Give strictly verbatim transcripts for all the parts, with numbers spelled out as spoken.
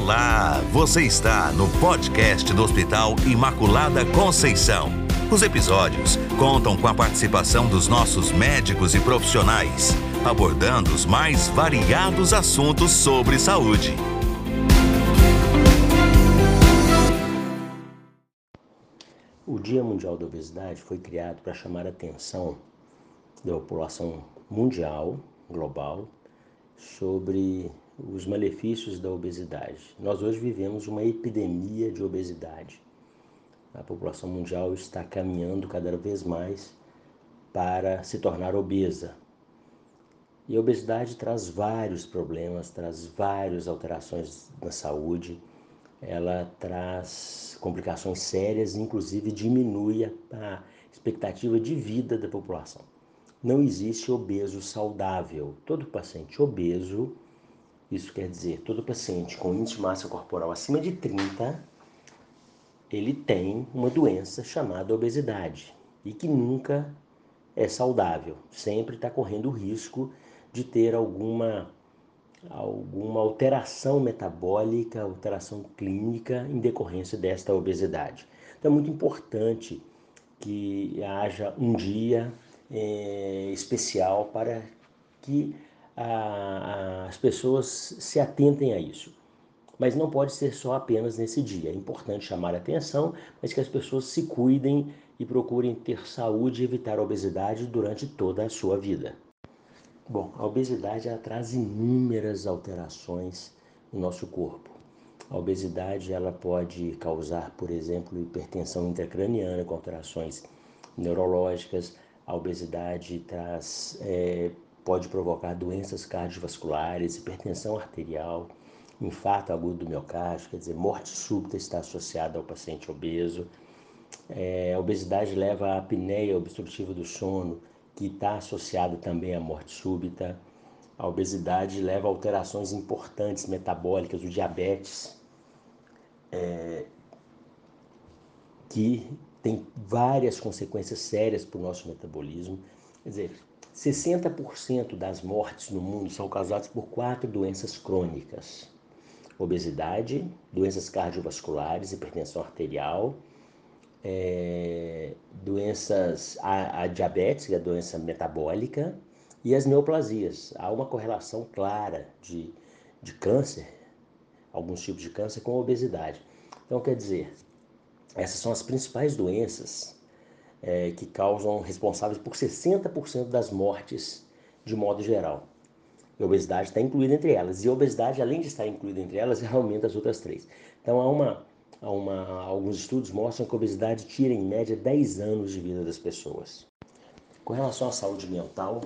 Olá, você está no podcast do Hospital Imaculada Conceição. Os episódios contam com a participação dos nossos médicos e profissionais, abordando os mais variados assuntos sobre saúde. O Dia Mundial da Obesidade foi criado para chamar a atenção da população mundial, global, sobre os malefícios da obesidade. Nós hoje vivemos uma epidemia de obesidade. A população mundial está caminhando cada vez mais para se tornar obesa. E a obesidade traz vários problemas, traz várias alterações na saúde. Ela traz complicações sérias, inclusive diminui a expectativa de vida da população. Não existe obeso saudável. Todo paciente obeso, isso quer dizer, todo paciente com índice de massa corporal acima de trinta, ele tem uma doença chamada obesidade e que nunca é saudável. Sempre está correndo o risco de ter alguma, alguma alteração metabólica, alteração clínica em decorrência desta obesidade. Então é muito importante que haja um dia é, especial para que a, a, as pessoas se atentem a isso. Mas não pode ser só apenas nesse dia. É importante chamar a atenção, mas que as pessoas se cuidem e procurem ter saúde e evitar a obesidade durante toda a sua vida. Bom, a obesidade ela traz inúmeras alterações no nosso corpo. A obesidade ela pode causar, por exemplo, hipertensão intracraniana com alterações neurológicas. A obesidade traz, é, pode provocar doenças cardiovasculares, hipertensão arterial, infarto agudo do miocárdio, quer dizer, morte súbita está associada ao paciente obeso. É, a obesidade leva à apneia obstrutiva do sono, que está associada também à morte súbita. A obesidade leva a alterações importantes metabólicas, o diabetes, é, que tem várias consequências sérias para o nosso metabolismo. Quer dizer, sessenta por cento das mortes no mundo são causadas por quatro doenças crônicas: obesidade, doenças cardiovasculares, hipertensão arterial, é, doenças, a, a diabetes, que é a doença metabólica, e as neoplasias. Há uma correlação clara de, de câncer, alguns tipos de câncer, com a obesidade. Então, quer dizer, essas são as principais doenças é, que causam, responsáveis por sessenta por cento das mortes de modo geral. E a obesidade está incluída entre elas. E a obesidade, além de estar incluída entre elas, aumenta as outras três. Então, há, uma, há uma, alguns estudos mostram que a obesidade tira, em média, dez anos de vida das pessoas. Com relação à saúde mental,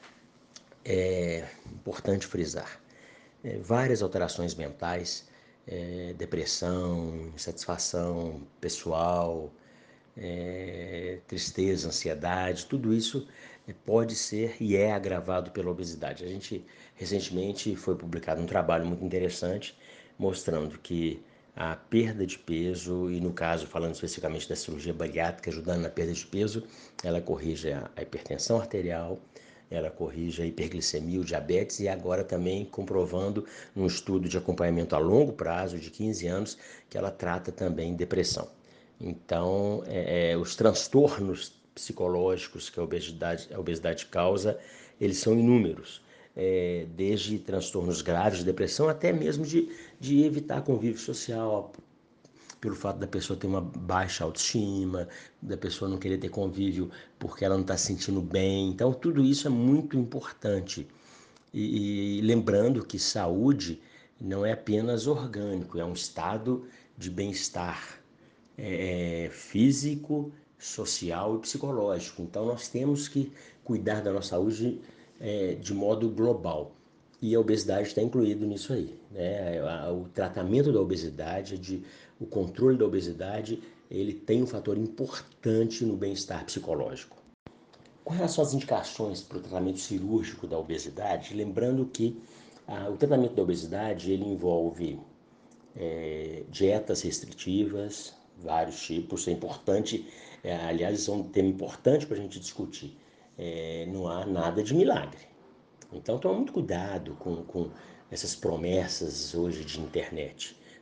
é importante frisar é, várias alterações mentais, é, depressão, insatisfação pessoal, é, tristeza, ansiedade, tudo isso pode ser e é agravado pela obesidade. A gente recentemente foi publicado um trabalho muito interessante mostrando que a perda de peso, e no caso falando especificamente da cirurgia bariátrica, ajudando na perda de peso, ela corrige a hipertensão arterial, ela corrige a hiperglicemia, o diabetes, e agora também comprovando num estudo de acompanhamento a longo prazo de quinze anos que ela trata também depressão. Então, é, os transtornos psicológicos que a obesidade, a obesidade causa, eles são inúmeros, é, desde transtornos graves de depressão até mesmo de, de evitar convívio social, pelo fato da pessoa ter uma baixa autoestima, da pessoa não querer ter convívio porque ela não está se sentindo bem. Então, tudo isso é muito importante. E, e lembrando que saúde não é apenas orgânico, é um estado de bem-estar é, físico, social e psicológico. Então, nós temos que cuidar da nossa saúde é, de modo global. E a obesidade está incluído nisso aí, né? O tratamento da obesidade, de, o controle da obesidade, ele tem um fator importante no bem-estar psicológico. Com relação às indicações para o tratamento cirúrgico da obesidade, lembrando que ah, o tratamento da obesidade ele envolve é, dietas restritivas, vários tipos, é importante, é, aliás, isso é um tema importante para a gente discutir. É, não há nada de milagre. Então, toma muito cuidado com, com essas promessas hoje de internet.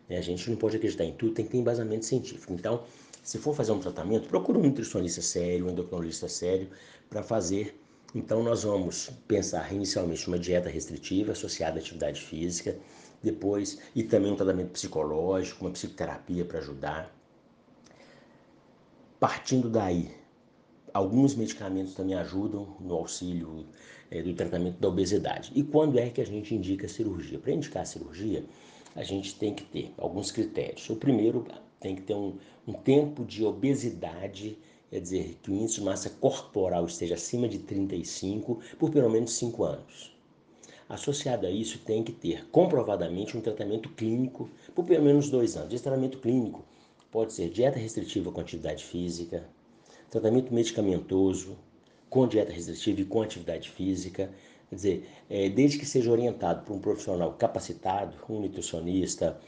A gente não pode acreditar em tudo, tem que ter embasamento científico. Então, se for fazer um tratamento, procura um nutricionista sério, um endocrinologista sério, para fazer. Então, nós vamos pensar inicialmente uma dieta restritiva associada à atividade física, depois, e também um tratamento psicológico, uma psicoterapia para ajudar. Partindo daí, alguns medicamentos também ajudam no auxílio é, do tratamento da obesidade. E quando é que a gente indica cirurgia? Para indicar a cirurgia, a gente tem que ter alguns critérios. O primeiro, tem que ter um, um tempo de obesidade, quer dizer, que o índice de massa corporal esteja acima de trinta e cinco por pelo menos cinco anos. Associado a isso, tem que ter comprovadamente um tratamento clínico por pelo menos dois anos. Esse tratamento clínico pode ser dieta restritiva com atividade física, tratamento medicamentoso com dieta restritiva e com atividade física, quer dizer, é, desde que seja orientado por um profissional capacitado, um nutricionista,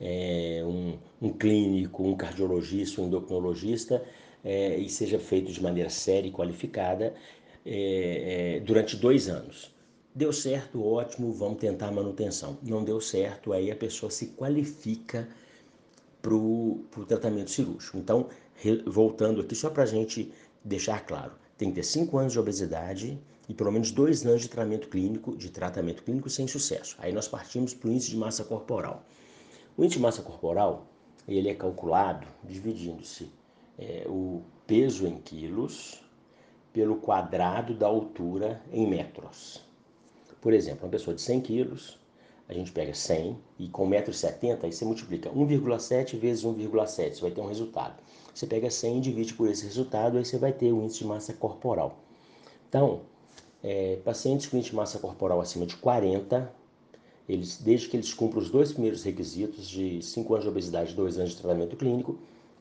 é, um, um clínico, um cardiologista, um endocrinologista, é, e seja feito de maneira séria e qualificada é, é, durante dois anos. Deu certo, ótimo, vamos tentar a manutenção. Não deu certo, aí a pessoa se qualifica para o tratamento cirúrgico. Então, re, voltando aqui, só para a gente deixar claro, tem que ter cinco anos de obesidade e pelo menos dois anos de tratamento clínico, de tratamento clínico sem sucesso. Aí nós partimos para o índice de massa corporal. O índice de massa corporal, ele é calculado dividindo-se é, o peso em quilos pelo quadrado da altura em metros. Por exemplo, uma pessoa de cem quilos, a gente pega cem e com um metro e setenta, aí você multiplica um vírgula sete vezes um vírgula sete, você vai ter um resultado. Você pega cem e divide por esse resultado, aí você vai ter o índice de massa corporal. Então, é, pacientes com índice de massa corporal acima de quarenta, eles, desde que eles cumpram os dois primeiros requisitos de cinco anos de obesidade e dois anos de tratamento clínico,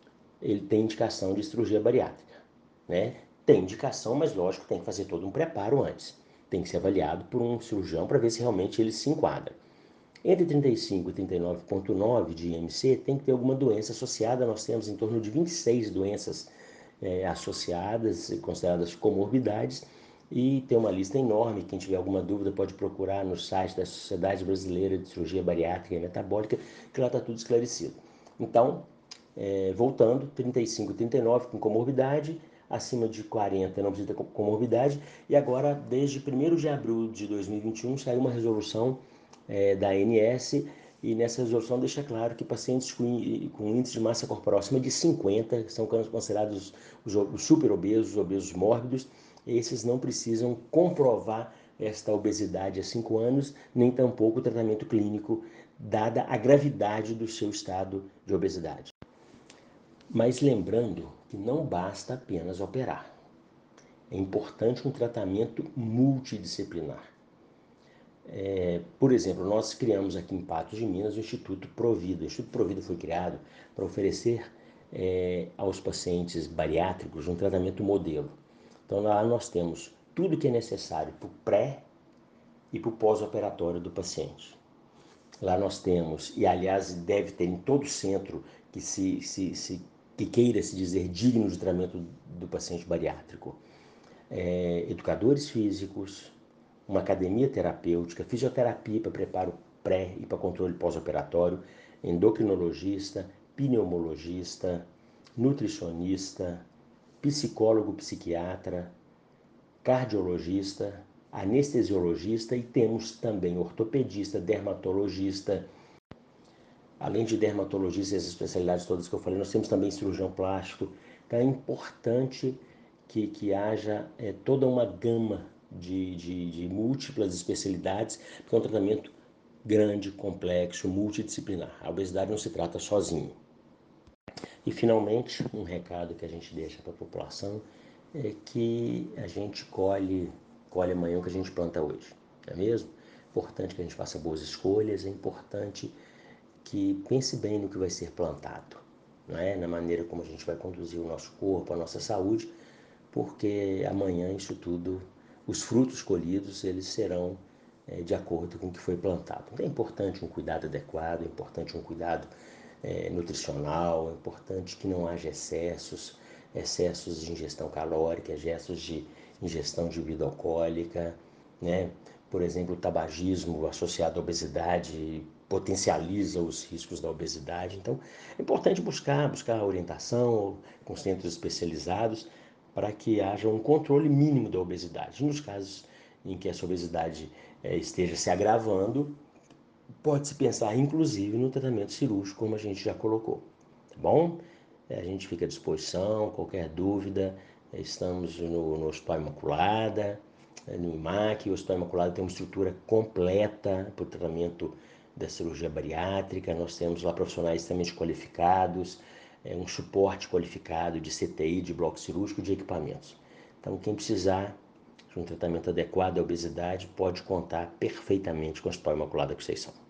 ele tem indicação de cirurgia bariátrica, né? Tem indicação, mas lógico, tem que fazer todo um preparo antes. Tem que ser avaliado por um cirurgião para ver se realmente ele se enquadra. Entre trinta e cinco e trinta e nove vírgula nove de I M C tem que ter alguma doença associada. Nós temos em torno de vinte e seis doenças é, associadas, consideradas comorbidades, e tem uma lista enorme. Quem tiver alguma dúvida pode procurar no site da Sociedade Brasileira de Cirurgia Bariátrica e Metabólica, que lá está tudo esclarecido. Então, é, voltando, trinta e cinco e trinta e nove com comorbidade, acima de quarenta não precisa ter comorbidade, e agora, desde primeiro de abril de dois mil e vinte e um, saiu uma resolução é, da A N S, e nessa resolução deixa claro que pacientes com, com índice de massa corporal acima de cinquenta, que são considerados os, os super obesos, obesos mórbidos, esses não precisam comprovar esta obesidade há cinco anos, nem tampouco o tratamento clínico, dada a gravidade do seu estado de obesidade. Mas lembrando que não basta apenas operar. É importante um tratamento multidisciplinar. É, por exemplo, nós criamos aqui em Patos de Minas o Instituto Provida. O Instituto Provida foi criado para oferecer é, aos pacientes bariátricos um tratamento modelo. Então lá nós temos tudo que é necessário para o pré e para o pós-operatório do paciente. Lá nós temos, e aliás deve ter em todo centro que, se, se, se, que queira se dizer digno de tratamento do paciente bariátrico, é, educadores físicos, uma academia terapêutica, fisioterapia para preparo pré e para controle pós-operatório, endocrinologista, pneumologista, nutricionista, psicólogo, psiquiatra, cardiologista, anestesiologista, e temos também ortopedista, dermatologista. Além de dermatologista e as especialidades todas que eu falei, nós temos também cirurgião plástico. Então é importante que, que haja é, toda uma gama de, de, de múltiplas especialidades, porque é um tratamento grande, complexo, multidisciplinar. A obesidade não se trata sozinho. E finalmente, um recado que a gente deixa para a população é que a gente colhe, colhe amanhã o que a gente planta hoje, não é mesmo? É importante que a gente faça boas escolhas, é importante que pense bem no que vai ser plantado, não é? Na maneira como a gente vai conduzir o nosso corpo, a nossa saúde, porque amanhã isso tudo, os frutos colhidos, eles serão é, de acordo com o que foi plantado. Então é importante um cuidado adequado, é importante um cuidado é, nutricional, é importante que não haja excessos, excessos de ingestão calórica, excessos de ingestão de bebida alcoólica, né? Por exemplo, o tabagismo associado à obesidade potencializa os riscos da obesidade. Então, é importante buscar, buscar orientação com centros especializados para que haja um controle mínimo da obesidade. Nos casos em que essa obesidade é, esteja se agravando, pode-se pensar, inclusive, no tratamento cirúrgico, como a gente já colocou. Tá bom? É, a gente fica à disposição, qualquer dúvida, estamos no, no Hospital Imaculada, no I M A C. O Hospital Imaculada tem uma estrutura completa para o tratamento da cirurgia bariátrica. Nós temos lá profissionais extremamente qualificados, é, um suporte qualificado de C T I, de bloco cirúrgico, de equipamentos. Então, quem precisar de um tratamento adequado à obesidade pode contar perfeitamente com o Hospital Imaculada Conceição.